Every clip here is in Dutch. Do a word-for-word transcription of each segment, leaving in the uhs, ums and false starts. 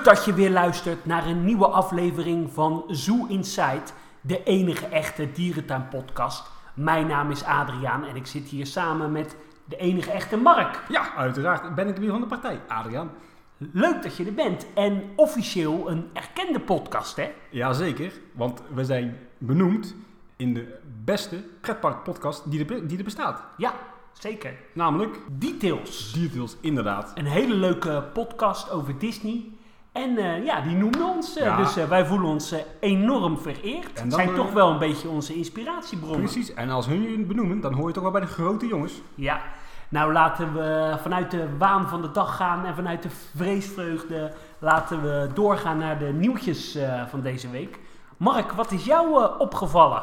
dat je weer luistert naar een nieuwe aflevering van Zoo Inside, de enige echte dierentuinpodcast. Mijn naam is Adriaan en ik zit hier samen met de enige echte Mark. Ja, uiteraard ben ik weer van de partij, Adriaan. Leuk dat je er bent en officieel een erkende podcast, hè? Jazeker, want we zijn benoemd in de beste pretparkpodcast die er, die er bestaat. Ja, zeker. Namelijk Details. Details, inderdaad. Een hele leuke podcast over Disney. En uh, ja, die noemde ons. Uh, Ja. Dus uh, wij voelen ons uh, enorm vereerd. En Het dan, zijn uh, toch wel een beetje onze inspiratiebronnen. Precies, en als hun je benoemen, dan hoor je toch wel bij de grote jongens. Ja, nou laten we vanuit de waan van de dag gaan en vanuit de vreesvreugde laten we doorgaan naar de nieuwtjes uh, van deze week. Mark, wat is jou uh, opgevallen?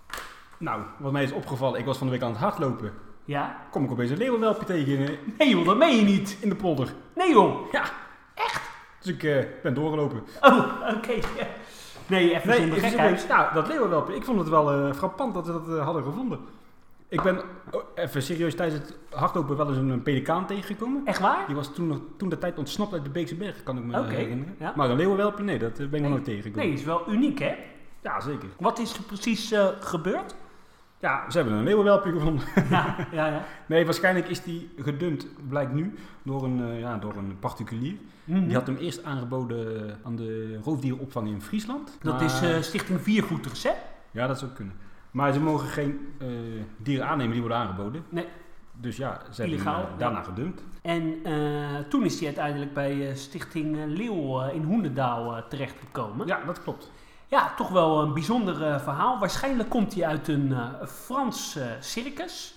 Nou, wat mij is opgevallen, ik was van de week aan het hardlopen. Ja? Kom ik opeens een leeuwenwelpje tegen uh, Nee joh, dat meen je niet. in de polder. Nee joh. Ja. Echt? Dus ik uh, ben doorgelopen. Oh, oké. Okay. Nee, even Nee, zonder ik gekheid. zeg, nou, dat leeuwenwelpje, ik vond het wel uh, frappant dat we dat uh, hadden gevonden. Ik ben, oh, even serieus, tijdens het hardlopen wel eens een, een pelikaan tegengekomen. Echt waar? Die was toen, nog, toen de tijd ontsnapt uit de Beekse Berg, kan ik me Oké, herinneren. ja. Maar een leeuwenwelpje, nee, dat uh, ben ik nog Nee. nooit tegengekomen. Nee, is wel uniek hè? Ja, zeker. Wat is er precies uh, gebeurd? Ja, ze hebben een leeuwenwelpje gevonden. Ja, ja, ja. Nee, waarschijnlijk is die gedumpt, blijkt nu, door een, uh, ja, door een particulier. Mm-hmm. Die had hem eerst aangeboden aan de roofdierenopvang in Friesland. Dat Maar- is uh, Stichting Viervoeters hè? Ja, dat zou kunnen. Maar ze mogen geen uh, dieren aannemen die worden aangeboden. Nee. Dus ja, ze hebben Illegaal, hem uh, daarna gedumpt. En uh, toen is hij uiteindelijk bij uh, Stichting uh, Leeuw uh, in Hoendendaal uh, terechtgekomen. Ja, dat klopt. Ja, toch wel een bijzonder uh, verhaal. Waarschijnlijk komt hij uit een uh, Frans uh, circus.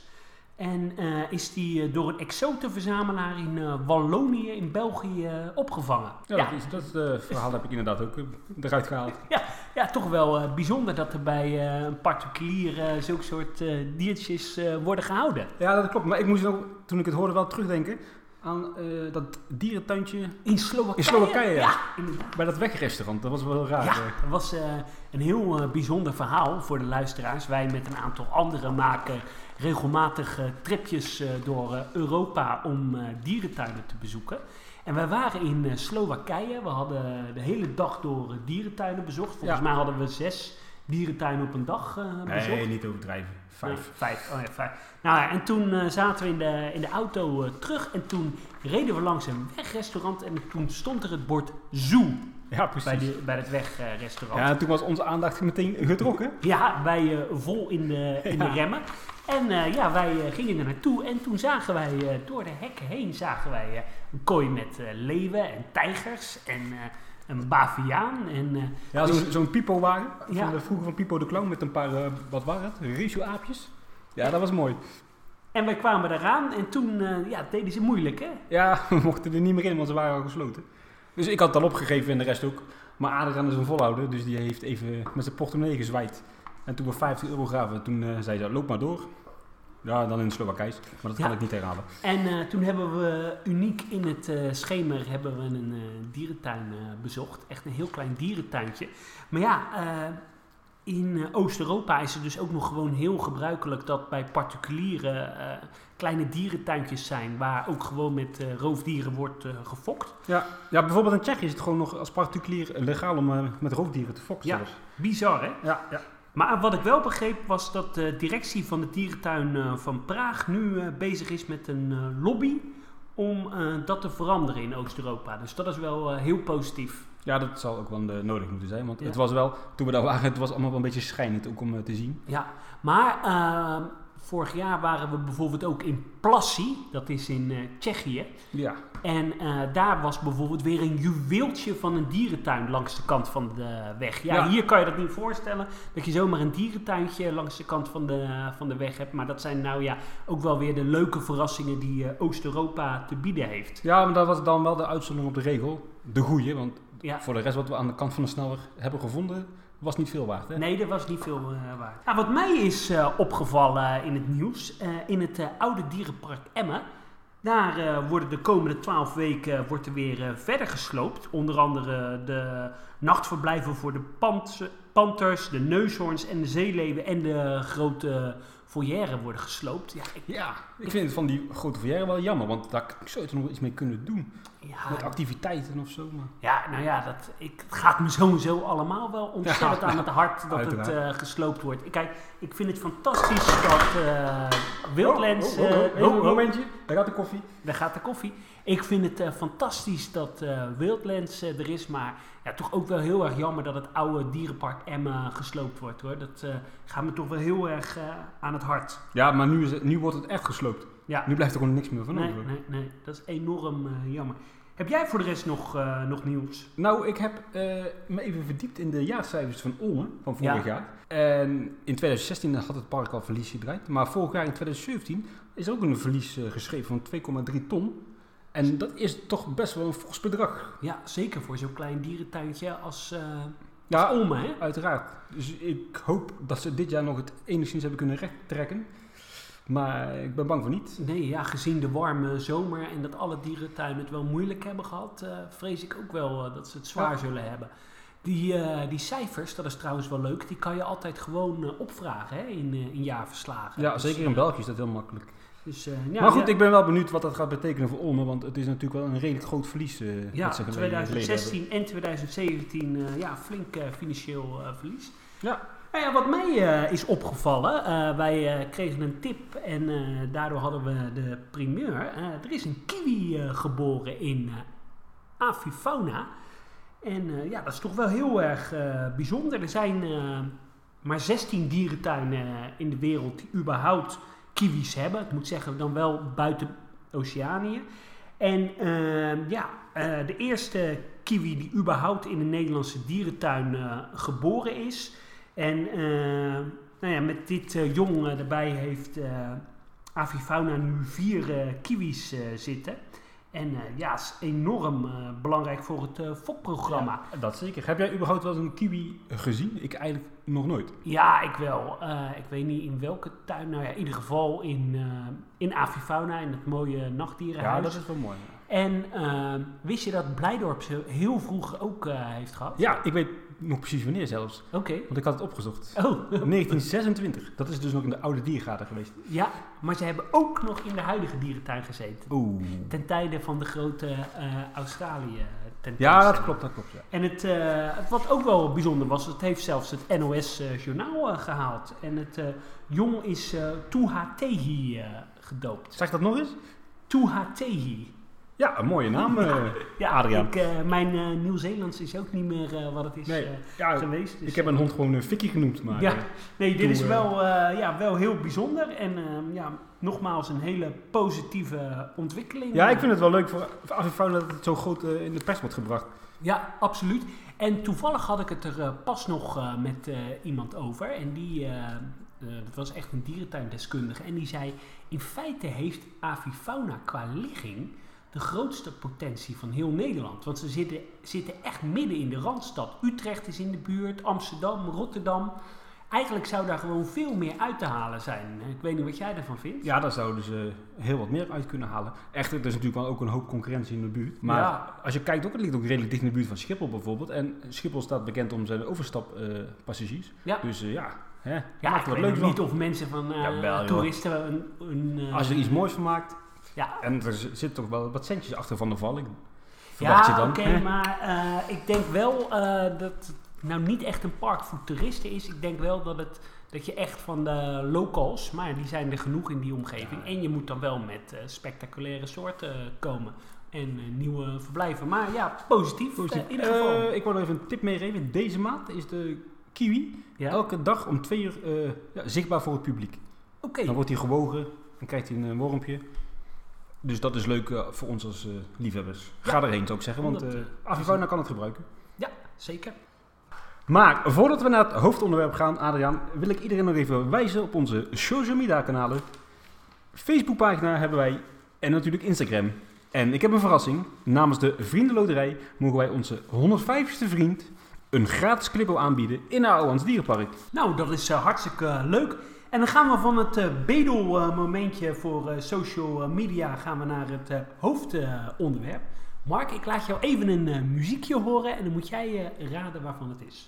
En uh, is hij uh, door een exotenverzamelaar in uh, Wallonië in België uh, opgevangen. Ja, Ja. Dat, is, dat uh, verhaal heb ik inderdaad ook uh, eruit gehaald. Ja, ja, toch wel uh, bijzonder dat er bij uh, een particulier uh, zulke soort uh, diertjes uh, worden gehouden. Ja, dat klopt. Maar ik moest ook, toen ik het hoorde, wel terugdenken aan uh, dat dierentuintje In Slowakije? in Slowakije. Ja, inderdaad. Bij dat wegrestaurant. Dat was wel heel raar. Ja, uh. dat was uh, een heel uh, bijzonder verhaal voor de luisteraars. Wij met een aantal anderen maken regelmatig uh, tripjes uh, door uh, Europa om uh, dierentuinen te bezoeken. En wij waren in uh, Slowakije. We hadden de hele dag door uh, dierentuinen bezocht. Volgens Ja. mij hadden we zes dierentuinen op een dag uh, bezocht. Nee, niet overdrijven. Vijf. Nee, vijf. Oh ja, vijf. Nou ja, en toen uh, zaten we in de, in de auto uh, terug en toen reden we langs een wegrestaurant en toen stond er het bord Zoo Ja, precies. bij, die, bij het wegrestaurant. Ja, en toen was onze aandacht meteen getrokken. Ja, wij uh, vol in de, in Ja. de remmen. En uh, ja, wij uh, gingen er naartoe en toen zagen wij uh, door de hekken heen zagen wij uh, een kooi met uh, leeuwen en tijgers en uh, een baviaan. En, uh, Ja, dus- zo'n zo'n Pipo-wagen. Ja. Van de, vroeger van Pipo de Clown met een paar, uh, wat waren het? Ratio-aapjes. Ja, dat was mooi. en wij kwamen eraan en toen uh, ja, deden ze moeilijk hè. Ja, we mochten er niet meer in, want ze waren al gesloten. Dus ik had het al opgegeven en de rest ook. Maar Adriaan is een volhouder, dus die heeft even met zijn portemonnee gezwaaid. En toen we vijftig euro gaven, toen uh, zei ze, loop maar door. Ja, dan in het Slowakijs, maar dat kan Ja. ik niet herhalen. En uh, toen hebben we uniek in het uh, schemer hebben we een uh, dierentuin uh, bezocht. Echt een heel klein dierentuintje. Maar ja, uh, in uh, Oost-Europa is het dus ook nog gewoon heel gebruikelijk dat bij particuliere uh, kleine dierentuintjes zijn. Waar ook gewoon met uh, roofdieren wordt uh, gefokt. Ja, ja, bijvoorbeeld in Tsjechië is het gewoon nog als particulier legaal om uh, met roofdieren te fokken Ja. zelfs. Bizar hè? Ja, ja. Maar wat ik wel begreep was dat de directie van de dierentuin uh, van Praag nu uh, bezig is met een uh, lobby om uh, dat te veranderen in Oost-Europa. Dus dat is wel uh, heel positief. Ja, dat zal ook wel uh, nodig moeten zijn, want Ja. het was wel, toen we daar waren, het was allemaal wel een beetje schijnend ook om uh, te zien. Ja, maar uh, vorig jaar waren we bijvoorbeeld ook in Plassi, dat is in uh, Tsjechië. Ja. En uh, daar was bijvoorbeeld weer een juweeltje van een dierentuin langs de kant van de weg. Ja, Ja. hier kan je dat niet voorstellen, dat je zomaar een dierentuintje langs de kant van de, van de weg hebt. Maar dat zijn nou ja ook wel weer de leuke verrassingen die uh, Oost-Europa te bieden heeft. Ja, maar dat was dan wel de uitzondering op de regel. De goeie, want Ja. voor de rest wat we aan de kant van de snelweg hebben gevonden, was niet veel waard. Hè? Nee, dat was niet veel uh, waard. Nou, wat mij is uh, opgevallen in het nieuws, uh, in het uh, oude dierenpark Emmen, daar uh, worden de komende twaalf weken uh, wordt er weer uh, verder gesloopt. Onder andere de nachtverblijven voor de pant- panters, de neushoorns en de zeeleeuwen en de grote volière worden gesloopt. Ja, ik, Ja, ik vind het van die grote verjaren wel jammer, want daar zou je er nog iets mee kunnen doen. Ja, met activiteiten of zo. Maar... Ja, nou ja, dat, ik, het gaat me sowieso allemaal wel ontzettend Ja, aan het hart dat uiteraard. het uh, gesloopt wordt. Kijk, ik vind het fantastisch dat uh, Wildlands... Oh, oh, oh, oh, uh, even een momentje, daar gaat de koffie. Daar gaat de koffie. Ik vind het uh, fantastisch dat uh, Wildlands uh, er is, maar ja, toch ook wel heel erg jammer dat het oude dierenpark Emmen gesloopt wordt, hoor. Dat uh, gaat me toch wel heel erg uh, aan het hart. Ja, maar nu, is het, nu wordt het echt gesloopt. Ja. Nu blijft er gewoon niks meer van nee, over. Nee, nee, dat is enorm uh, jammer. Heb jij voor de rest nog, uh, nog nieuws? Nou, ik heb uh, me even verdiept in de jaarcijfers van Olmen van vorig ja. jaar. En in twintig zestien had het park al verlies gedraaid. Maar vorig jaar in twintig zeventien is er ook een verlies uh, geschreven van twee komma drie ton. En dat is toch best wel een fors bedrag. Ja, zeker voor zo'n klein dierentuintje als, uh, ja, als Olmen, hè? Uiteraard. Dus ik hoop dat ze dit jaar nog het enigszins hebben kunnen recht trekken. Maar ik ben bang voor niet. Nee, ja, gezien de warme zomer en dat alle dierentuinen het wel moeilijk hebben gehad, uh, vrees ik ook wel uh, dat ze het zwaar ja. zullen hebben. Die, uh, die cijfers, dat is trouwens wel leuk, die kan je altijd gewoon uh, opvragen hè, in, uh, in jaarverslagen. Ja, dus, zeker in België is dat heel makkelijk. Dus, uh, ja, maar goed, ja. ik ben wel benieuwd wat dat gaat betekenen voor Olmen, want het is natuurlijk wel een redelijk groot verlies. Uh, ja, dat ze twintig zestien en twintig zeventien, uh, ja, flink uh, financieel uh, verlies. Ja. Nou ja, wat mij uh, is opgevallen, uh, wij uh, kregen een tip en uh, daardoor hadden we de primeur. Uh, er is een kiwi uh, geboren in uh, Avifauna. En uh, ja, dat is toch wel heel erg uh, bijzonder. Er zijn uh, maar zestien dierentuinen in de wereld die überhaupt kiwis hebben. Ik moet zeggen, dan wel buiten Oceanië. En uh, ja, uh, de eerste kiwi die überhaupt in een Nederlandse dierentuin uh, geboren is. En uh, nou ja, met dit uh, jong uh, erbij heeft uh, Avifauna nu vier uh, kiwis uh, zitten. En uh, ja, het is enorm uh, belangrijk voor het uh, fokprogramma. Ja, dat zeker. Heb jij überhaupt wel eens een kiwi gezien? Ik eigenlijk nog nooit. Ja, ik wel. Uh, ik weet niet in welke tuin. Nou ja, in ieder geval in, uh, in Avifauna, in het mooie nachtdierenhuis. Ja, dat is wel mooi. Ja. En uh, wist je dat Blijdorp ze heel vroeg ook uh, heeft gehad? Ja, ik weet nog precies wanneer zelfs. Oké. Okay. Want ik had het opgezocht. Oh. negentien zesentwintig. Dat is dus nog in de oude diergaarden geweest. Ja, maar ze hebben ook nog in de huidige dierentuin gezeten. Oeh. Ten tijde van de grote uh, Australië tentoonstelling. Ja, dat klopt, dat klopt. Ja. En het, uh, wat ook wel bijzonder was, het heeft zelfs het N O S-journaal uh, gehaald. En het uh, jong is uh, Tuhatehi uh, gedoopt. Zeg dat nog eens? Tuhatehi. Ja, een mooie naam, uh, ja, Adriaan. Ik, uh, mijn uh, Nieuw-Zeelands is ook niet meer uh, wat het is nee, uh, ja, geweest. Dus, ik heb een hond gewoon uh, Fikkie genoemd. Maar, ja, uh, nee, dit toen, is uh, wel, uh, ja, wel heel bijzonder. En uh, ja, nogmaals een hele positieve ontwikkeling. Ja, ik vind het wel leuk voor, voor Avifauna dat het zo groot uh, in de pers wordt gebracht. Ja, absoluut. En toevallig had ik het er uh, pas nog uh, met uh, iemand over. En die, uh, uh, dat was echt een dierentuindeskundige. En die zei, in feite heeft Avifauna qua ligging de grootste potentie van heel Nederland. Want ze zitten, zitten echt midden in de Randstad. Utrecht is in de buurt, Amsterdam, Rotterdam. Eigenlijk zou daar gewoon veel meer uit te halen zijn. Ik weet niet wat jij ervan vindt. Ja, daar zouden ze heel wat meer uit kunnen halen. Echter, er is natuurlijk wel ook een hoop concurrentie in de buurt. Maar ja. Als je kijkt, ook, het ligt ook redelijk dicht in de buurt van Schiphol bijvoorbeeld. En Schiphol staat bekend om zijn overstappassagiers. Uh, ja. Dus uh, ja, hè, ja maakt ik wat weet leuk niet of mensen van uh, ja, wel, toeristen een... een uh, als je er iets moois van maakt. Ja. En er zit toch wel wat centjes achter Van der Val. Ik verwacht ja, je dan. oké, okay, maar uh, ik denk wel uh, dat het nou niet echt een park voor toeristen is. Ik denk wel dat, het, dat je echt van de locals, maar die zijn er genoeg in die omgeving. Ja. En je moet dan wel met uh, spectaculaire soorten komen. En uh, nieuwe verblijven. Maar ja, positief, positief. Uh, in ieder geval. Uh, ik wil nog even een tip meegeven. Deze maand is de kiwi ja. elke dag om twee uur uh, ja, zichtbaar voor het publiek. Oké. Okay. Dan wordt hij gewogen. Dan krijgt hij een uh, wormpje. Dus dat is leuk uh, voor ons als uh, liefhebbers. Ja. Ga erheen, zou ik zeggen, want uh, Avifauna kan het gebruiken. Ja, zeker. Maar voordat we naar het hoofdonderwerp gaan, Adriaan, wil ik iedereen nog even wijzen op onze social media kanalen. Facebookpagina hebben wij en natuurlijk Instagram. En ik heb een verrassing. Namens de Vriendenloterij mogen wij onze honderdvijftigste vriend een gratis clippo aanbieden in our Ouwehans Dierenpark. Nou, dat is uh, hartstikke uh, leuk. En dan gaan we van het uh, bedelmomentje uh, voor uh, social media gaan we naar het uh, hoofdonderwerp. Uh, Mark, ik laat jou even een uh, muziekje horen en dan moet jij uh, raden waarvan het is.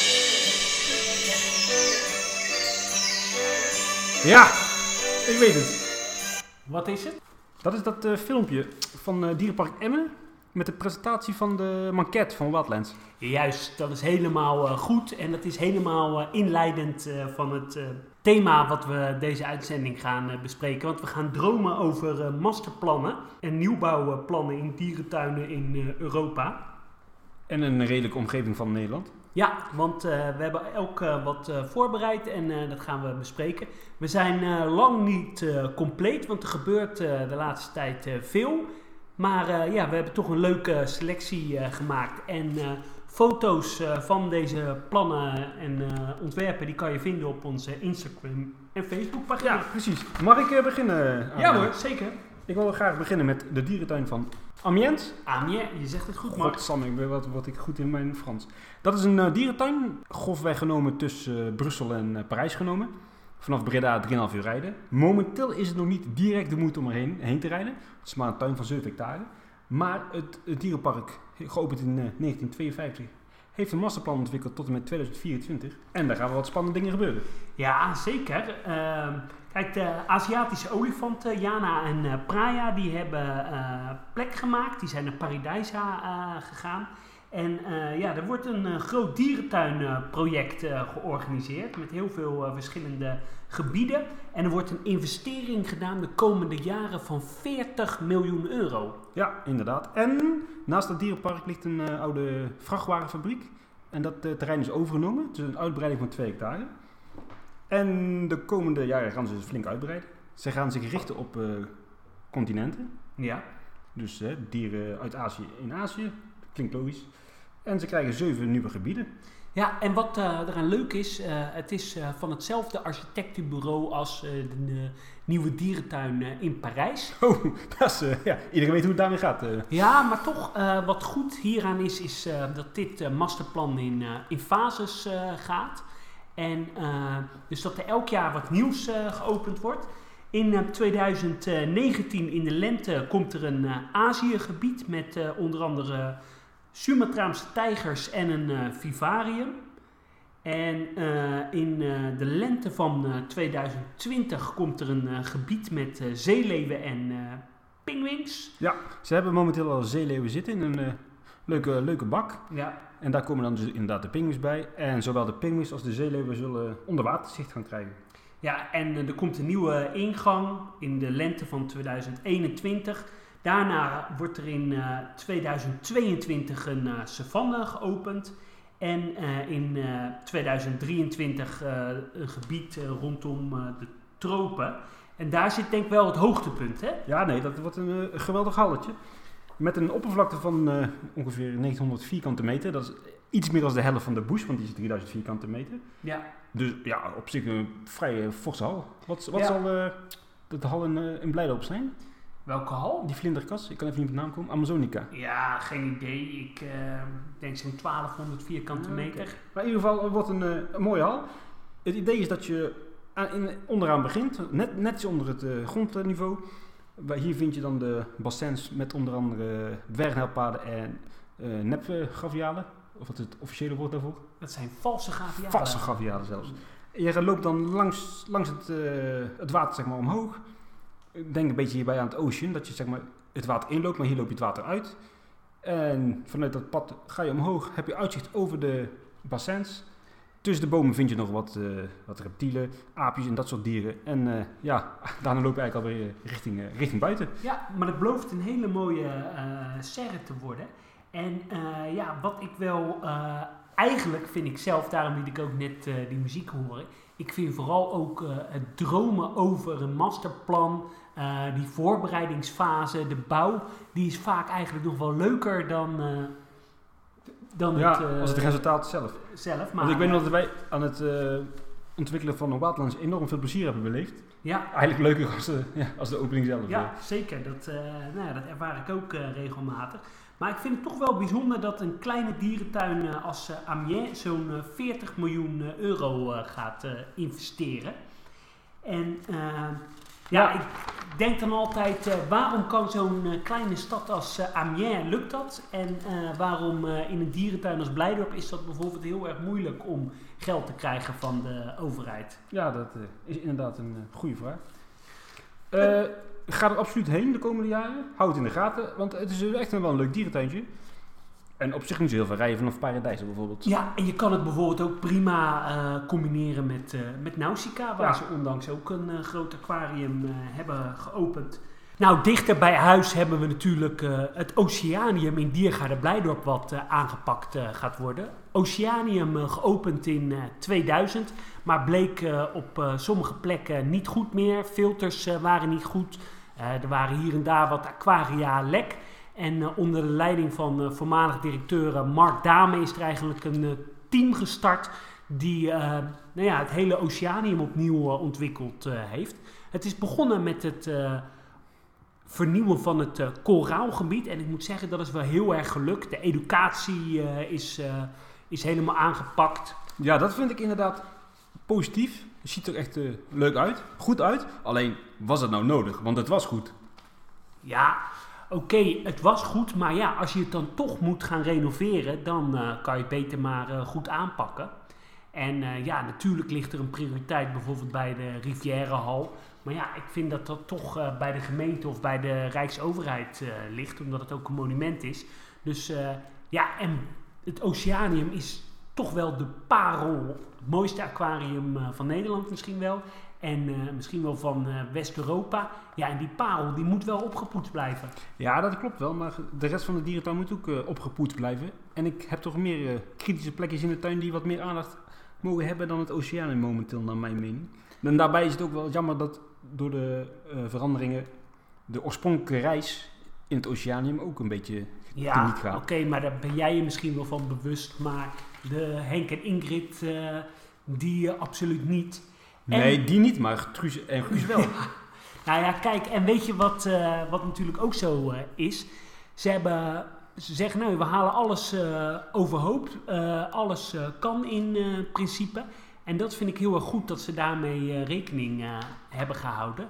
Ja, ik weet het. Wat is het? Dat is dat uh, filmpje van uh, Dierenpark Emmen. met de presentatie van de maquette van Wildlands. Juist, dat is helemaal uh, goed en dat is helemaal uh, inleidend uh, van het uh, thema wat we deze uitzending gaan uh, bespreken. Want we gaan dromen over uh, masterplannen en nieuwbouwplannen in dierentuinen in uh, Europa. En een redelijke omgeving van Nederland. Ja, want uh, we hebben ook uh, wat uh, voorbereid en uh, dat gaan we bespreken. We zijn uh, lang niet uh, compleet, want er gebeurt uh, de laatste tijd uh, veel. Maar uh, ja, we hebben toch een leuke selectie uh, gemaakt. En uh, foto's uh, van deze plannen en uh, ontwerpen, die kan je vinden op onze Instagram en Facebookpagina. Ja, precies. Mag ik uh, beginnen? Ja hoor, zeker. Ik wil graag beginnen met de dierentuin van Amiens. Amiens, je zegt het goed, Mark. Godsamme, ik ben wat, wat ik goed in mijn Frans. Dat is een uh, dierentuin, grofweg genomen tussen uh, Brussel en uh, Parijs genomen. Vanaf Breda drie komma vijf uur rijden. Momenteel is het nog niet direct de moeite om erheen heen te rijden. Het is maar een tuin van zeven hectare. Maar het, het dierenpark, geopend in uh, negentien tweeënvijftig, heeft een masterplan ontwikkeld tot en met tweeduizend vierentwintig. En daar gaan wel wat spannende dingen gebeuren. Ja, zeker. Uh, kijk, de Aziatische olifanten, Jana en uh, Praia, die hebben uh, plek gemaakt. Die zijn naar Paradijsa uh, gegaan. En uh, ja, er wordt een uh, groot dierentuinproject uh, georganiseerd met heel veel uh, verschillende gebieden. En er wordt een investering gedaan de komende jaren van veertig miljoen euro. Ja, inderdaad. En naast het dierenpark ligt een uh, oude vrachtwagenfabriek. En dat uh, terrein is overgenomen. Het is een uitbreiding van twee hectare. En de komende jaren gaan ze dus flink uitbreiden. Ze gaan zich richten op uh, continenten. Ja. Dus uh, dieren uit Azië in Azië. Klinkt logisch. En ze krijgen zeven nieuwe gebieden. Ja, en wat uh, eraan leuk is, uh, het is uh, van hetzelfde architectenbureau als uh, de uh, nieuwe dierentuin uh, in Parijs. Oh, dat is, uh, ja, iedereen weet hoe het daarmee gaat. Uh. Ja, maar toch, uh, wat goed hieraan is, is uh, dat dit uh, masterplan in, uh, in fases uh, gaat. En uh, dus dat er elk jaar wat nieuws uh, geopend wordt. In uh, tweeduizend negentien in de lente komt er een uh, Aziëgebied met uh, onder andere Sumatraanse tijgers en een uh, vivarium. En uh, in uh, de lente van uh, tweeduizend twintig komt er een uh, gebied met uh, zeeleeuwen en uh, pinguïns. Ja, ze hebben momenteel al zeeleeuwen zitten in een uh, leuke, leuke bak. Ja. En daar komen dan dus inderdaad de pinguïns bij. En zowel de pinguïns als de zeeleeuwen zullen onderwaterzicht gaan krijgen. Ja, en uh, er komt een nieuwe ingang in de lente van tweeduizend eenentwintig. Daarna wordt er in uh, tweeduizend tweeëntwintig een uh, savanne geopend. En uh, in uh, tweeduizend drieëntwintig uh, een gebied uh, rondom uh, de tropen. En daar zit denk ik wel het hoogtepunt, hè? Ja, nee, dat wordt een, uh, geweldig halletje. Met een oppervlakte van uh, ongeveer negentienhonderd vierkante meter. Dat is iets meer dan de helft van de Bush, want die is drieduizend vierkante meter. Ja. Dus ja, op zich een vrij uh, forse hal. Wat, wat Ja. zal uh, de hal in, uh, in Blijdorp zijn? Welke hal? Die vlinderkas, ik kan even niet op de naam komen. Amazonica. Ja, geen idee. Ik uh, denk zo'n twaalfhonderd vierkante Ah, meter. okay. Maar in ieder geval het wordt een, uh, een mooie hal. Het idee is dat je aan, in, onderaan begint, net, net onder het uh, grondniveau. Waar hier vind je dan de bassins met onder andere dwergnelpaden en uh, nepgavialen. Of wat is het officiële woord daarvoor? Dat zijn valse gavialen. Valse gavialen zelfs. Je loopt dan langs, langs het, uh, het water zeg maar, omhoog. Ik denk een beetje hierbij aan het ocean, dat je zeg maar, het water inloopt, maar hier loop je het water uit. En vanuit dat pad ga je omhoog, heb je uitzicht over de bassins. Tussen de bomen vind je nog wat, uh, wat reptielen, aapjes en dat soort dieren. En uh, ja, daarna loop je eigenlijk alweer richting, uh, richting buiten. Ja, maar het belooft een hele mooie uh, serre te worden. En uh, ja, wat ik wel... Uh, eigenlijk vind ik zelf, daarom liet ik ook net uh, die muziek horen. Ik vind vooral ook uh, het dromen over een masterplan, uh, die voorbereidingsfase, de bouw, die is vaak eigenlijk nog wel leuker dan, uh, dan Ja, het, uh, als het resultaat zelf. zelf. Maar, Want ik weet nog dat wij aan het uh, ontwikkelen van een Wildlands enorm veel plezier hebben beleefd. Ja, Eigenlijk leuker als de, ja, als de opening zelf. ja zeker. Dat, uh, nou ja, dat ervaar ik ook uh, regelmatig. Maar ik vind het toch wel bijzonder dat een kleine dierentuin uh, als uh, Amiens zo'n uh, veertig miljoen euro uh, gaat uh, investeren. En uh, ja, ik denk dan altijd, uh, waarom kan zo'n uh, kleine stad als uh, Amiens, lukt dat? En uh, waarom uh, in een dierentuin als Blijdorp is dat bijvoorbeeld heel erg moeilijk om geld te krijgen van de overheid? Ja, dat uh, is inderdaad een uh, goede vraag. Uh, ga er absoluut heen de komende jaren. Hou het in de gaten, want het is echt een wel een leuk dierentuintje. En op zich niet zo heel veel rijden vanaf Paradijs bijvoorbeeld. Ja, en je kan het bijvoorbeeld ook prima uh, combineren met, uh, met Nausicaa, waar ja. ze onlangs ook een uh, groot aquarium uh, hebben geopend. Nou, dichter bij huis hebben we natuurlijk uh, het Oceanium in Diergaarde Blijdorp wat uh, aangepakt uh, gaat worden. Oceanium uh, geopend in uh, tweeduizend, maar bleek uh, op uh, sommige plekken niet goed meer. Filters uh, waren niet goed. Uh, er waren hier en daar wat aquaria lek. En uh, onder de leiding van uh, voormalig directeur uh, Mark Dame is er eigenlijk een uh, team gestart die uh, nou ja, het hele Oceanium opnieuw uh, ontwikkeld uh, heeft. Het is begonnen met het uh, vernieuwen van het uh, koraalgebied. En ik moet zeggen, dat is wel heel erg gelukt. De educatie uh, is, uh, is helemaal aangepakt. Ja, dat vind ik inderdaad positief. Het ziet er echt uh, leuk uit, goed uit. Alleen, was het nou nodig? Want het was goed. Ja, oké, okay, het was goed. Maar ja, als je het dan toch moet gaan renoveren, dan uh, kan je het beter maar uh, goed aanpakken. En uh, ja, natuurlijk ligt er een prioriteit bijvoorbeeld bij de Rivierenhal. Maar ja, ik vind dat dat toch uh, bij de gemeente of bij de Rijksoverheid uh, ligt, omdat het ook een monument is. Dus uh, ja, en het Oceanium is toch wel de parel, het mooiste aquarium uh, van Nederland misschien wel. En uh, misschien wel van uh, West-Europa. Ja, en die parel, die moet wel opgepoetst blijven. Ja, dat klopt wel. Maar de rest van de dierentuin moet ook uh, opgepoetst blijven. En ik heb toch meer uh, kritische plekjes in de tuin die wat meer aandacht mogen hebben dan het Oceanium momenteel, naar mijn mening. En daarbij is het ook wel jammer dat door de uh, veranderingen de oorspronkelijke reis in het Oceanium ook een beetje ja, teniet gaat. Ja, oké, okay, maar daar ben jij je misschien wel van bewust. Maar de Henk en Ingrid, uh, die uh, absoluut niet. En, nee, die niet, maar Truus en Guus wel. Nou ja, kijk, en weet je wat, uh, wat natuurlijk ook zo uh, is? Ze, hebben, ze zeggen, nou, we halen alles uh, overhoop. Uh, alles uh, kan in uh, principe. En dat vind ik heel erg goed dat ze daarmee uh, rekening uh, hebben gehouden.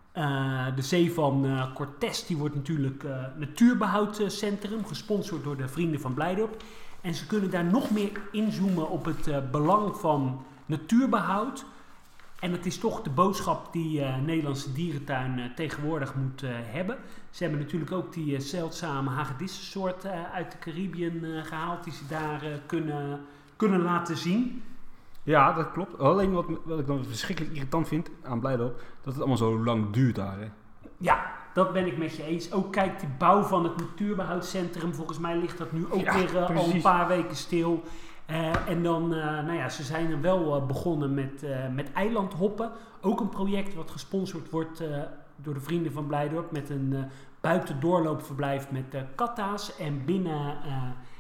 Uh, de Zee van uh, Cortés, die wordt natuurlijk uh, natuurbehoudcentrum, gesponsord door de Vrienden van Blijdorp. En ze kunnen daar nog meer inzoomen op het uh, belang van natuurbehoud. En het is toch de boodschap die uh, Nederlandse dierentuin uh, tegenwoordig moet uh, hebben. Ze hebben natuurlijk ook die uh, zeldzame hagedissensoort uh, uit de Caribiën uh, gehaald, die ze daar uh, kunnen, kunnen laten zien. Ja, dat klopt. Alleen wat, wat ik dan verschrikkelijk irritant vind aan Blijdorp, dat het allemaal zo lang duurt daar. Hè? Ja, dat ben ik met je eens. Ook kijk, die bouw van het natuurbehoudcentrum, volgens mij ligt dat nu ook ja, weer uh, al een paar weken stil. Uh, en dan, uh, nou ja, ze zijn er wel uh, begonnen met, uh, met eilandhoppen. Ook een project wat gesponsord wordt uh, door de Vrienden van Blijdorp met een uh, buitendoorloopverblijf met uh, katta's en binnen uh,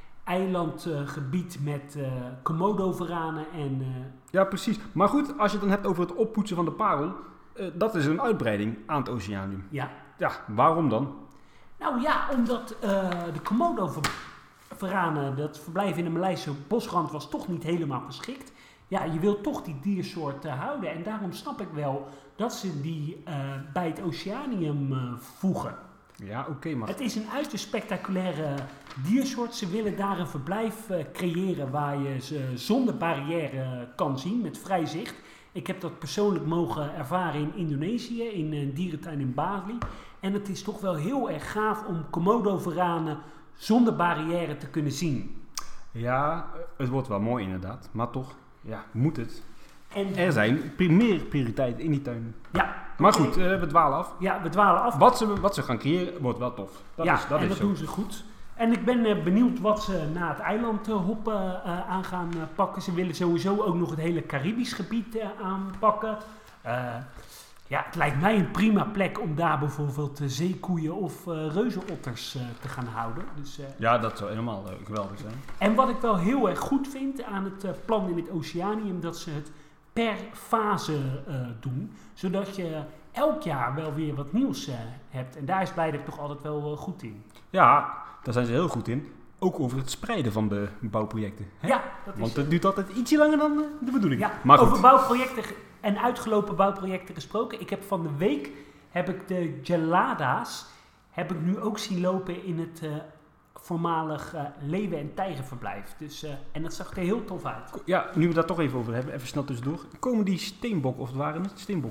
eilandgebied uh, met uh, Komodo-varanen en... Uh, ja, precies. Maar goed, als je het dan hebt over het oppoetsen van de parel, uh, dat is een uitbreiding aan het Oceanium. Ja. Ja, waarom dan? Nou ja, omdat uh, de Komodo-varanen, dat verblijf in de Maleise bosrand was toch niet helemaal geschikt. Ja, je wilt toch die diersoort uh, houden en daarom snap ik wel dat ze die uh, bij het Oceanium uh, voegen. Ja, oké, okay, maar... Het is een uiterst spectaculaire diersoort. Ze willen daar een verblijf uh, creëren waar je ze zonder barrière kan zien, met vrij zicht. Ik heb dat persoonlijk mogen ervaren in Indonesië, in een dierentuin in Bali. En het is toch wel heel erg gaaf om Komodo-varanen zonder barrière te kunnen zien. Ja, het wordt wel mooi inderdaad, maar toch, ja, moet het. En er zijn meer prioriteiten in die tuin. Ja. Maar goed, uh, we dwalen af. Ja, we dwalen af. Wat ze, wat ze gaan creëren wordt wel tof. Dat ja, is, dat en is dat zo. doen ze goed. En ik ben uh, benieuwd wat ze na het eiland uh, hoppen uh, aan gaan uh, pakken. Ze willen sowieso ook nog het hele Caribisch gebied uh, aanpakken. Uh, ja, het lijkt mij een prima plek om daar bijvoorbeeld uh, zeekoeien of uh, reuzenotters uh, te gaan houden. Dus, uh, ja, dat zou helemaal uh, geweldig zijn. En wat ik wel heel erg goed vind aan het uh, plan in het Oceanium, dat ze het per fase uh, doen, zodat je elk jaar wel weer wat nieuws uh, hebt. En daar is Blijdorp toch altijd wel uh, goed in. Ja, daar zijn ze heel goed in. Ook over het spreiden van de bouwprojecten. Hè? Ja, dat is... Want het duurt altijd ietsje langer dan uh, de bedoeling. Ja, maar over bouwprojecten en uitgelopen bouwprojecten gesproken. Ik heb van de week heb ik de Gelada's heb ik nu ook zien lopen in het uh, voormalig uh, leeuwen- en tijgerverblijf. Dus, uh, en dat zag er heel tof uit. Ja, nu we daar toch even over hebben, even snel tussendoor. Komen die steenbokken, of het waren het steenbokken, hè?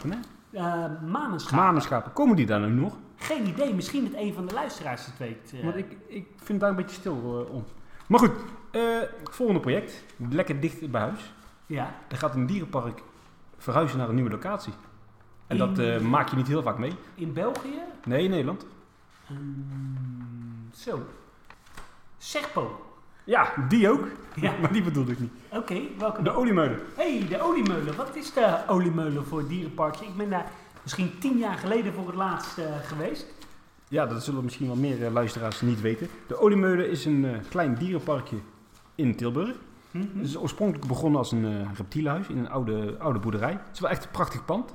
Uh, manenschapen. Manenschapen. Komen die daar nu nog? Geen idee. Misschien dat een van de luisteraars het weet. Uh. Want ik, ik vind daar een beetje stil uh, om. Maar goed, uh, volgende project. Lekker dicht bij huis. Ja. Er gaat een dierenpark verhuizen naar een nieuwe locatie. En in, dat uh, maak je niet heel vaak mee. In België? Nee, in Nederland. Um, zo. Serpo. Ja, die ook. Ja. Maar die bedoelde ik niet. Oké, okay, welke? De Oliemeulen. Hé, hey, de Oliemeulen. Wat is de Oliemeulen voor het dierenparkje? Ik ben daar misschien tien jaar geleden voor het laatst uh, geweest. Ja, dat zullen misschien wel meer uh, luisteraars niet weten. De Oliemeulen is een uh, klein dierenparkje in Tilburg. Mm-hmm. Het is oorspronkelijk begonnen als een uh, reptielenhuis in een oude, oude boerderij. Het is wel echt een prachtig pand.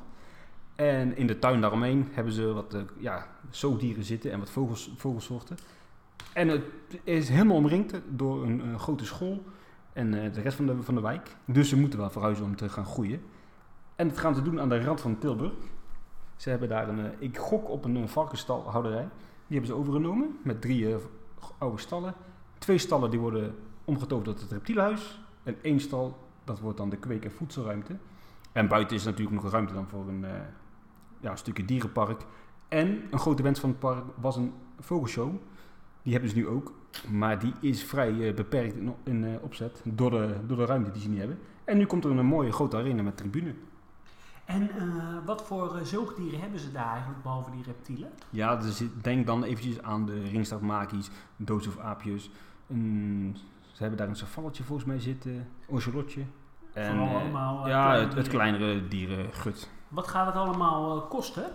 En in de tuin daaromheen hebben ze wat uh, ja, zoogdieren zitten en wat vogels, vogelsoorten. En het is helemaal omringd door een, een grote school en uh, de rest van de, van de wijk. Dus ze moeten wel verhuizen om te gaan groeien. En dat gaan ze doen aan de rand van Tilburg. Ze hebben daar een, uh, ik gok op een uh, varkensstalhouderij. Die hebben ze overgenomen met drie uh, oude stallen. Twee stallen die worden omgetoverd tot het reptielenhuis. En één stal, dat wordt dan de kweek- en voedselruimte. En buiten is natuurlijk nog een ruimte dan voor een, uh, ja, een stukje dierenpark. En een grote wens van het park was een vogelshow. Die hebben ze nu ook, maar die is vrij uh, beperkt in, in uh, opzet door de, door de ruimte die ze niet hebben. En nu komt er een mooie grote arena met tribune. En uh, wat voor uh, zoogdieren hebben ze daar eigenlijk, behalve die reptielen? Ja, dus denk dan eventjes aan de ringstaartmakies, doodsofaapjes. Een, ze hebben daar een savannetje volgens mij zitten, een ocelotje. En uh, allemaal, uh, ja, het, het kleinere dierengut. Wat gaat het allemaal uh, kosten?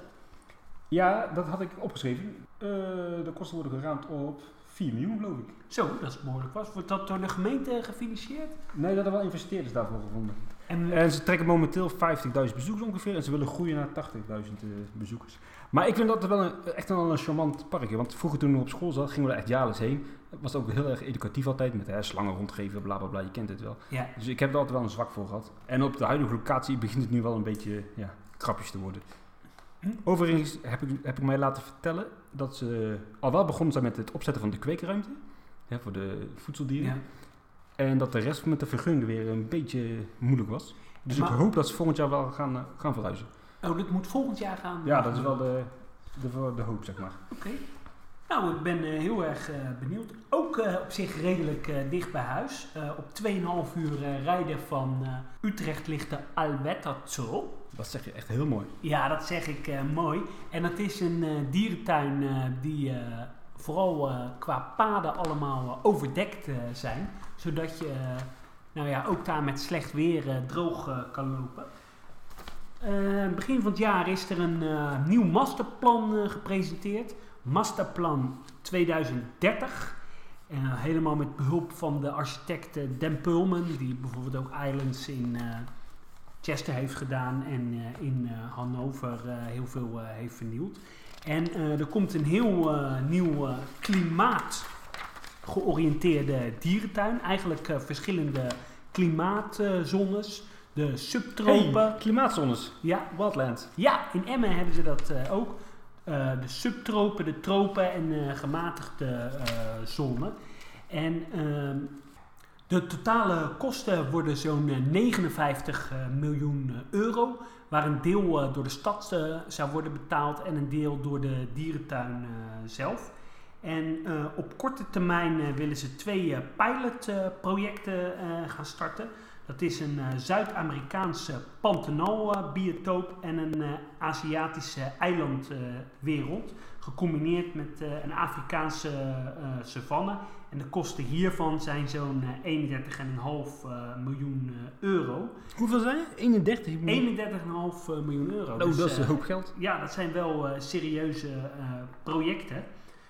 Ja, dat had ik opgeschreven. Uh, de kosten worden geraamd op vier miljoen, geloof ik. Zo, dat is behoorlijk wat. Wordt dat door de gemeente gefinancierd? Nee, dat er wel investeerders daarvoor gevonden. En, en ze trekken momenteel vijftigduizend bezoekers ongeveer. En ze willen groeien naar tachtigduizend uh, bezoekers. Maar ik vind dat wel een, echt wel een charmant parkje. Want vroeger toen ik op school zat, gingen we er echt jaarlijks heen. Het was ook heel erg educatief altijd. Met hè, slangen rondgeven, bla bla bla. Je kent het wel. Ja. Dus ik heb er altijd wel een zwak voor gehad. En op de huidige locatie begint het nu wel een beetje ja, krapjes te worden. Overigens heb ik, heb ik mij laten vertellen dat ze al wel begonnen zijn met het opzetten van de kweekruimte. Hè, voor de voedseldieren. Ja. En dat de rest met de vergunning weer een beetje moeilijk was. Dus maar, ik hoop dat ze volgend jaar wel gaan, uh, gaan verhuizen. Oh, dat moet volgend jaar gaan? Ja, dat is wel de, de, de hoop, zeg maar. Oké. Okay. Nou, ik ben uh, heel erg uh, benieuwd. Ook uh, op zich redelijk uh, dicht bij huis. Uh, op twee komma vijf uur uh, rijden van uh, Utrecht ligt de Alwetta Zoo. Dat zeg je echt heel mooi. Ja, dat zeg ik uh, mooi. En dat is een uh, dierentuin uh, die uh, vooral uh, qua paden allemaal uh, overdekt uh, zijn. Zodat je uh, nou ja, ook daar met slecht weer uh, droog uh, kan lopen. Uh, begin van het jaar is er een uh, nieuw masterplan uh, gepresenteerd. Masterplan tweeduizend dertig. Uh, helemaal met behulp van de architect uh, Dan Pulman, die bijvoorbeeld ook Islands in uh, Chester heeft gedaan en uh, in uh, Hannover uh, heel veel uh, heeft vernieuwd. En uh, er komt een heel uh, nieuw uh, klimaat georiënteerde dierentuin. Eigenlijk uh, verschillende klimaatzones. De subtropen. Hey, klimaatzones. Ja. Wildlands. Ja, in Emmen hebben ze dat uh, ook. Uh, de subtropen, de tropen en uh, gematigde uh, zone. En uh, de totale kosten worden zo'n uh, negenenvijftig uh, miljoen euro. Waar een deel uh, door de stad uh, zou worden betaald en een deel door de dierentuin uh, zelf. En uh, op korte termijn uh, willen ze twee uh, pilotprojecten uh, uh, gaan starten. Dat is een uh, Zuid-Amerikaanse Pantanal-biotoop en een uh, Aziatische eilandwereld. Uh, gecombineerd met uh, een Afrikaanse uh, savanne. En de kosten hiervan zijn zo'n uh, eenendertig komma vijf uh, miljoen uh, euro. Hoeveel zijn je? eenendertig miljoen? eenendertig komma vijf uh, miljoen euro. Oh, dus, dat is een uh, hoop geld. Ja, dat zijn wel uh, serieuze uh, projecten.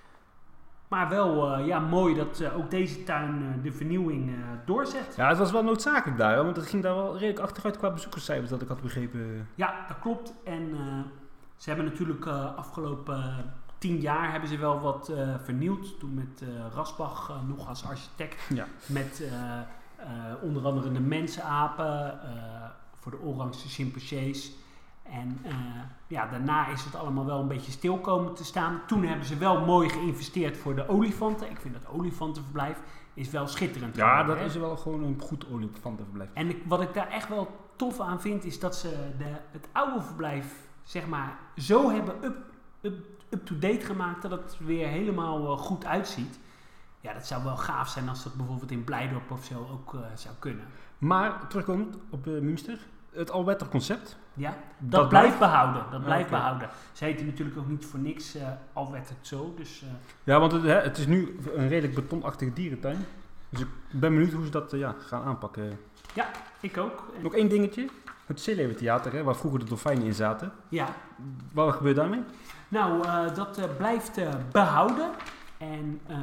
Maar wel uh, ja, mooi dat uh, ook deze tuin uh, de vernieuwing uh, doorzet. Ja, het was wel noodzakelijk daar, want het ging daar wel redelijk achteruit qua bezoekerscijfers, dat ik had begrepen. Ja, dat klopt. En uh, ze hebben natuurlijk uh, afgelopen uh, tien jaar hebben ze wel wat uh, vernieuwd. Toen met uh, Rasbach uh, nog als architect. Ja. Met uh, uh, onder andere de mensapen, uh, voor de orangse chimpansees. En uh, ja, daarna is het allemaal wel een beetje stil komen te staan. Toen hebben ze wel mooi geïnvesteerd voor de olifanten. Ik vind dat olifantenverblijf is wel schitterend. Ja, geworden, dat hè? is wel gewoon een goed olifantenverblijf. En ik, wat ik daar echt wel tof aan vind, is dat ze de, het oude verblijf zeg maar zo hebben up, up, up-to-date gemaakt dat het weer helemaal uh, goed uitziet. Ja, dat zou wel gaaf zijn als dat bijvoorbeeld in Blijdorp of zo ook uh, zou kunnen. Maar terugkomend op uh, Münster, het Alwetter concept. Ja, dat, dat blijft blijft behouden. Dat blijft okay. behouden. Ze heten natuurlijk ook niet voor niks uh, Alwetter zo. Dus, uh, ja, want het, hè, het is nu een redelijk betonachtige dierentuin. Dus ik ben benieuwd hoe ze dat uh, ja, gaan aanpakken. Ja, ik ook. Nog één dingetje. Het Zeeleeuwentheater, hè, waar vroeger de dolfijnen in zaten. Ja. Wat gebeurt daarmee? Nou, uh, dat uh, blijft uh, behouden. En uh,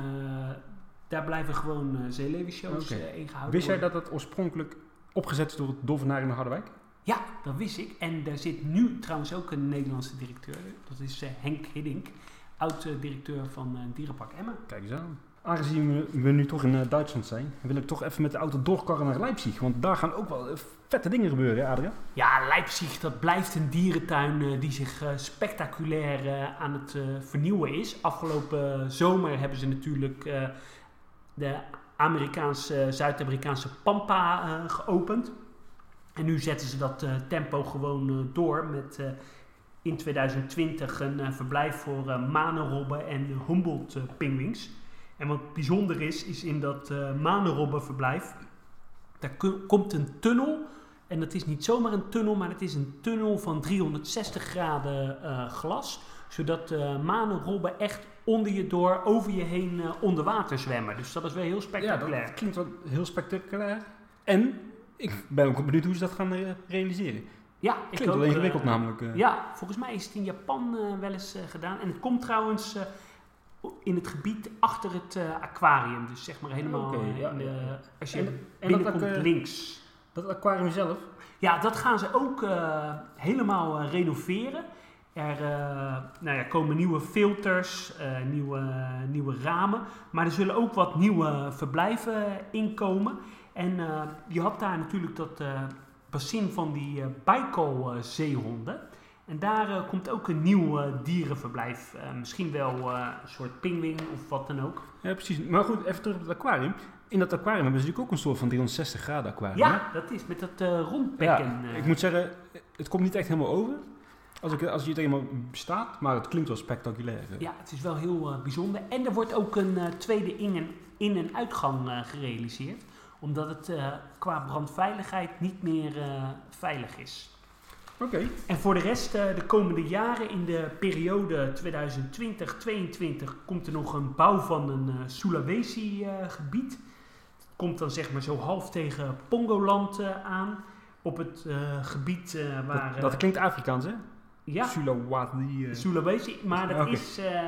daar blijven gewoon uh, zeeleeuwenshows okay. uh, in gehouden Wist jij worden. dat dat oorspronkelijk opgezet is door het Dolfinarium in Harderwijk? Ja, dat wist ik. En daar zit nu trouwens ook een Nederlandse directeur. Dat is uh, Henk Hiddink, oud-directeur van uh, Dierenpark Emmen. Kijk eens aan. Aangezien we, we nu toch in uh, Duitsland zijn, wil ik toch even met de auto doorkarren naar Leipzig. Want daar gaan ook wel uh, vette dingen gebeuren, hè, Adriaan? Ja, Leipzig, dat blijft een dierentuin uh, die zich uh, spectaculair uh, aan het uh, vernieuwen is. Afgelopen uh, zomer hebben ze natuurlijk uh, de Amerikaanse, uh, Zuid-Amerikaanse Pampa uh, geopend. En nu zetten ze dat uh, tempo gewoon uh, door met uh, in tweeduizend twintig een uh, verblijf voor uh, manenrobben en uh, Humboldt uh, pinguïns. En wat bijzonder is, is in dat uh, manenrobbenverblijf, daar k- komt een tunnel. En dat is niet zomaar een tunnel, maar het is een tunnel van driehonderdzestig graden uh, glas. Zodat uh, manenrobben echt onder je door, over je heen uh, onder water zwemmen. Dus dat is wel heel spectaculair. Ja, dat klinkt wel heel spectaculair. En ik ben ook benieuwd hoe ze dat gaan uh, realiseren. Ja, ik Klinkt ook, wel ingewikkeld uh, namelijk. Uh. Ja, volgens mij is het in Japan uh, wel eens uh, gedaan. En het komt trouwens uh, in het gebied achter het uh, aquarium. Dus zeg maar helemaal Okay, uh, ja, in de, ja. als je En- en binnenkomt dat ook, uh, links. Dat aquarium zelf? Ja, dat gaan ze ook uh, helemaal uh, renoveren. Er uh, nou ja, komen nieuwe filters, uh, nieuwe, uh, nieuwe ramen. Maar er zullen ook wat nieuwe verblijven inkomen. En uh, je had daar natuurlijk dat uh, bassin van die uh, Baikal-zeehonden. En daar uh, komt ook een nieuw uh, dierenverblijf. Uh, misschien wel uh, een soort pinguïn of wat dan ook. Ja, precies. Maar goed, even terug op het aquarium. In dat aquarium hebben ze natuurlijk ook een soort van driehonderdzestig graden aquarium. Ja, hè? dat is met dat uh, rondbekken. Ja, uh, ik moet zeggen, het komt niet echt helemaal over. Als, ik, als je het eenmaal bestaat, maar het klinkt wel spectaculair. Ja, het is wel heel uh, bijzonder. En er wordt ook een uh, tweede in- en, in- en uitgang uh, gerealiseerd. Omdat het uh, qua brandveiligheid niet meer uh, veilig is. Oké. Okay. En voor de rest, uh, de komende jaren in de periode tweeduizend twintig tot tweeëntwintig komt er nog een bouw van een uh, Sulawesi-gebied. Uh, komt dan zeg maar zo half tegen Pongoland uh, aan. Op het uh, gebied uh, waar... Dat, dat uh, klinkt Afrikaans, hè? ja, Sulawesi. Uh... Sulawesi, maar dat Okay. is, uh,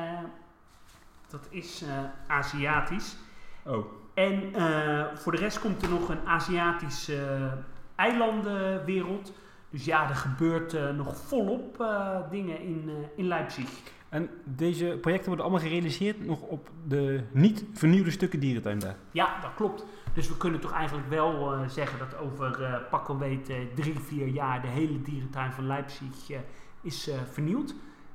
dat is uh, Aziatisch. Oh. En uh, voor de rest komt er nog een Aziatische uh, eilandenwereld. Dus ja, er gebeurt uh, nog volop uh, dingen in, uh, in Leipzig. En deze projecten worden allemaal gerealiseerd nog op de niet vernieuwde stukken dierentuin daar? Ja, dat klopt. Dus we kunnen toch eigenlijk wel uh, zeggen dat over uh, pak en weet uh, drie, vier jaar de hele dierentuin van Leipzig uh, is uh, vernieuwd.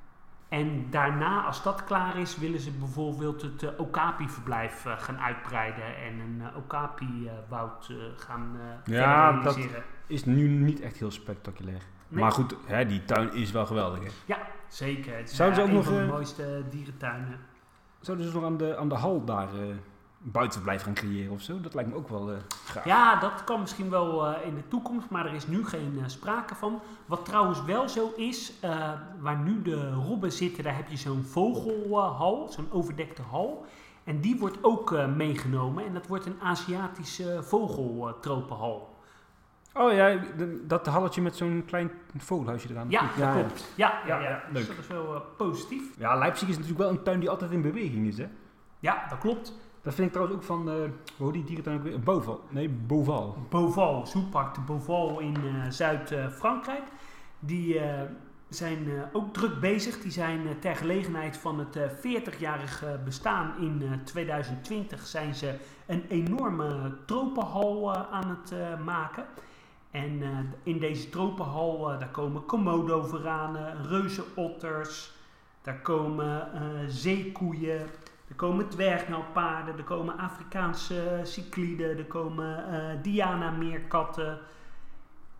En daarna, als dat klaar is, willen ze bijvoorbeeld het uh, Okapi-verblijf uh, gaan uitbreiden en een uh, Okapi-woud uh, gaan uh, Ja, verder realiseren. Is nu niet echt heel spectaculair. Nee. Maar goed, hè, die tuin is wel geweldig. Hè? Ja, zeker. Het is Zouden ze uh, ook een nog, van de uh, mooiste dierentuinen. Zouden ze nog aan de, aan de hal daar uh, buitenverblijf gaan creëren of zo? Dat lijkt me ook wel uh, gaaf. Ja, dat kan misschien wel uh, in de toekomst, maar er is nu geen uh, sprake van. Wat trouwens wel zo is, uh, waar nu de robben zitten, daar heb je zo'n vogelhal, zo'n overdekte hal. En die wordt ook uh, meegenomen en dat wordt een Aziatische vogeltropenhal. Oh ja, de, dat halletje met zo'n klein vogelhuisje eraan. Ja, Goed, dat klopt. Ja, ja, ja, Ja, dus leuk. dat is wel uh, positief. Ja, Leipzig is natuurlijk wel een tuin die altijd in beweging is, hè? Ja, dat klopt. Dat vind ik trouwens ook van, uh, hoe die dierentuin ook weer? Boval. Nee, Boval. Beauval, Zoepark de Beauval in uh, Zuid-Frankrijk. Die uh, zijn uh, ook druk bezig. Die zijn uh, ter gelegenheid van het uh, veertigjarige bestaan in uh, tweeduizend twintig zijn ze een enorme tropenhal uh, aan het uh, maken. En uh, in deze tropenhal uh, daar komen komodo-varanen, reuzenotters, daar komen uh, zeekoeien, er komen dwergnauwpaarden, er komen Afrikaanse cycliden, er komen uh, Diana-meerkatten.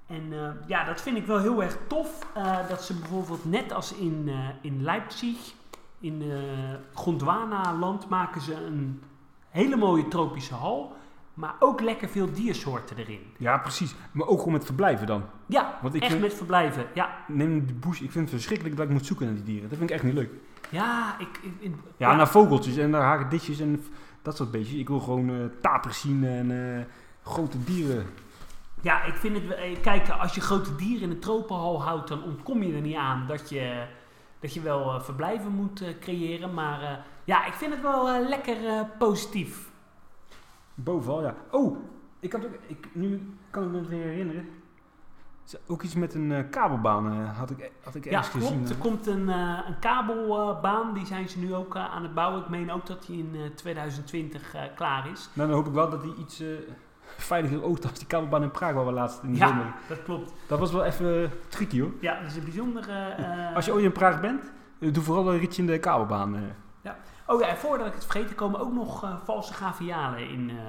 En uh, ja, dat vind ik wel heel erg tof. Uh, dat ze bijvoorbeeld net als in, uh, in Leipzig, in uh, Gondwana-land, maken ze een hele mooie tropische hal. Maar ook lekker veel diersoorten erin. Ja, precies. Maar ook gewoon met verblijven dan. Ja, Want ik echt vind, met verblijven. Ja. Neem de bush. Ik vind het verschrikkelijk dat ik moet zoeken naar die dieren. Dat vind ik echt niet leuk. Ja, ik... ik, ik ja, ja, naar vogeltjes en naar hagedisjes en dat soort beestjes. Ik wil gewoon uh, taters zien en uh, grote dieren. Ja, ik vind het... Kijk, als je grote dieren in een tropenhal houdt, dan ontkom je er niet aan dat je, dat je wel uh, verblijven moet uh, creëren. Maar uh, ja, ik vind het wel uh, lekker uh, positief. Bovenal, ja. Oh, ik had ook, ik, nu kan ik me weer herinneren. Ook iets met een uh, kabelbaan uh, had ik, had ik ergens ja, klopt. gezien. Er komt een, uh, een kabelbaan, uh, die zijn ze nu ook uh, aan het bouwen. Ik meen ook dat die in uh, twintig twintig uh, klaar is. Nou, dan hoop ik wel dat die iets uh, veiliger oogt als die kabelbaan in Praag waar we laatst in de Ja, zomer. dat klopt. Dat was wel even uh, tricky hoor. Ja, dat is een bijzondere... Uh, als je ooit in Praag bent, uh, doe vooral een ritje in de kabelbaan. Uh. Ja. Oh ja, en voordat ik het vergeet, er komen ook nog uh, valse gavialen in, uh,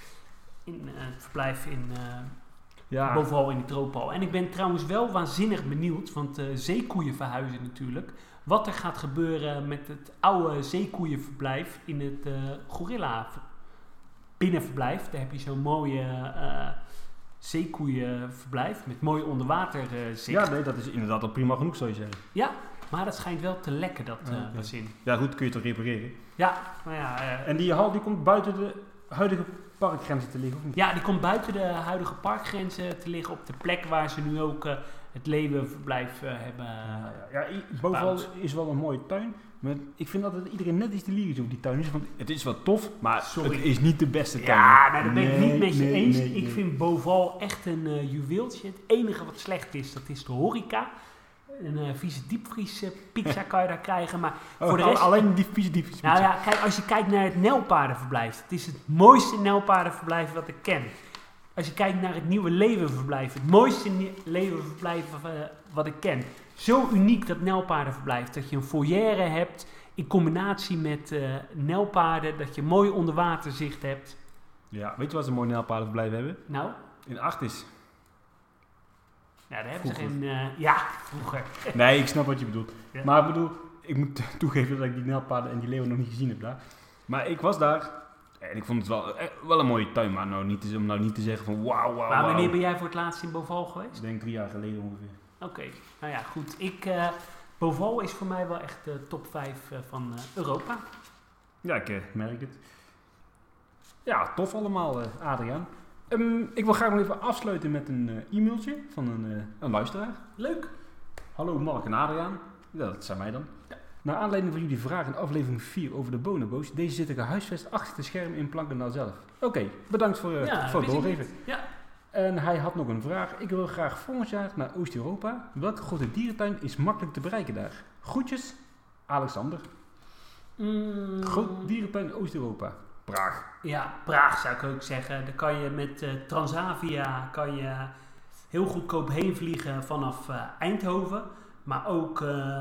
in uh, het verblijf in... Uh, Ja. Bovenal in die tropenhal. En ik ben trouwens wel waanzinnig benieuwd, want uh, zeekoeien verhuizen natuurlijk. Wat er gaat gebeuren met het oude zeekoeienverblijf in het uh, gorilla binnenverblijf. Daar heb je zo'n mooie uh, zeekoeienverblijf met mooi onderwaterzicht. Ja, nee, dat is inderdaad al prima genoeg, zou je zeggen. Ja, maar dat schijnt wel te lekken, dat uh, ja, zin. Ja, goed, kun je toch repareren. Ja, maar ja. Uh, en die hal die komt buiten de huidige parkgrenzen te liggen, of niet? Ja, die komt buiten de huidige parkgrenzen te liggen op de plek waar ze nu ook uh, het leeuwenverblijf uh, hebben. Ja, ja, ja, bovenal is wel een mooie tuin. Maar ik vind dat iedereen net iets te lyrisch over die tuin is. Want het is wel tof, maar Sorry. het is niet de beste tuin. Ja, nou, dat ben ik nee, niet met je nee, eens. Nee, ik nee. vind bovenal echt een uh, juweeltje. Het enige wat slecht is, dat is de horeca. Een uh, vieze diepvries uh, pizza kan je daar krijgen, maar oh, voor de rest... Alleen die vieze diepvries pizza. Nou ja, kijk, als je kijkt naar het Nijlpaardenverblijf. Het is het mooiste Nijlpaardenverblijf wat ik ken. Als je kijkt naar het nieuwe leeuwenverblijf. Het mooiste nie- leeuwenverblijf uh, wat ik ken. Zo uniek dat Nijlpaardenverblijf. Dat je een foyer hebt in combinatie met uh, nijlpaarden. Dat je mooi onderwaterzicht hebt. Ja, weet je wat ze een mooi Nijlpaardenverblijf hebben? Nou? In Artis. Ja, daar hebben vroeger. ze geen... Uh, ja, vroeger. Nee, ik snap wat je bedoelt. Ja. Maar ik bedoel, ik moet toegeven dat ik die nijlpaarden en die leeuwen nog niet gezien heb daar. Maar ik was daar en ik vond het wel, wel een mooie tuin. Maar nou niet te, om nou niet te zeggen van wauw, wauw, Maar wanneer wow. ben jij voor het laatst in Beauval geweest? Ik denk drie jaar geleden ongeveer. Oké, okay. Nou ja, goed. Ik, uh, Beauval is voor mij wel echt de top vijf uh, van uh, Europa. Ja, ik uh, merk het. Ja, tof allemaal, uh, Adriaan. Um, ik wil graag nog even afsluiten met een uh, e-mailtje van een, uh, een luisteraar. Leuk. Hallo Mark en Adriaan. Ja, dat zijn mij dan. Ja. Naar aanleiding van jullie vraag in aflevering vier over de bonobo's. Deze zitten gehuisvest achter de schermen in Plankendaal zelf. Oké, okay, bedankt voor, uh, ja, voor het doorgeven. Ja. En hij had nog een vraag. Ik wil graag volgend jaar naar Oost-Europa. Welke grote dierentuin is makkelijk te bereiken daar? Groetjes, Alexander. Mm. Groot dierentuin in Oost-Europa. Praag. Ja, Praag zou ik ook zeggen. Daar kan je met uh, Transavia kan je heel goedkoop heen vliegen vanaf uh, Eindhoven. Maar ook uh,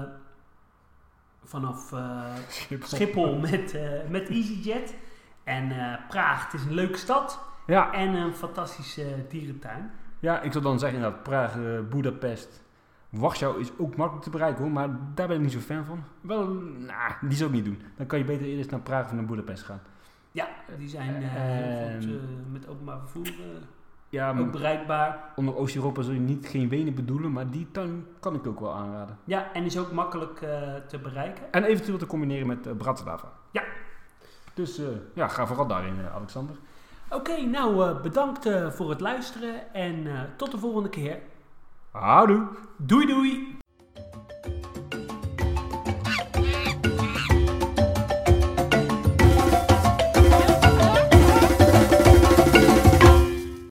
vanaf uh, Schiphol, Schiphol met, uh, met EasyJet. En uh, Praag, het is een leuke stad. Ja. En een fantastische uh, dierentuin. Ja, ik zou dan zeggen inderdaad Praag, uh, Budapest. Warschau is ook makkelijk te bereiken hoor, maar daar ben ik niet zo fan van. Wel, nah, die zou ik niet doen. Dan kan je beter eerst naar Praag of naar Budapest gaan. Ja, die zijn uh, heel goed uh, met openbaar vervoer uh, ja, ook bereikbaar. Onder Oost-Europa zul je niet geen Wenen bedoelen, maar die tuin kan ik ook wel aanraden. Ja, en is ook makkelijk uh, te bereiken. En eventueel te combineren met uh, Bratislava. Ja. Dus uh, ja, ga vooral daarin, uh, Alexander. Oké, okay, nou uh, bedankt uh, voor het luisteren en uh, tot de volgende keer. Houdoe. Doei doei.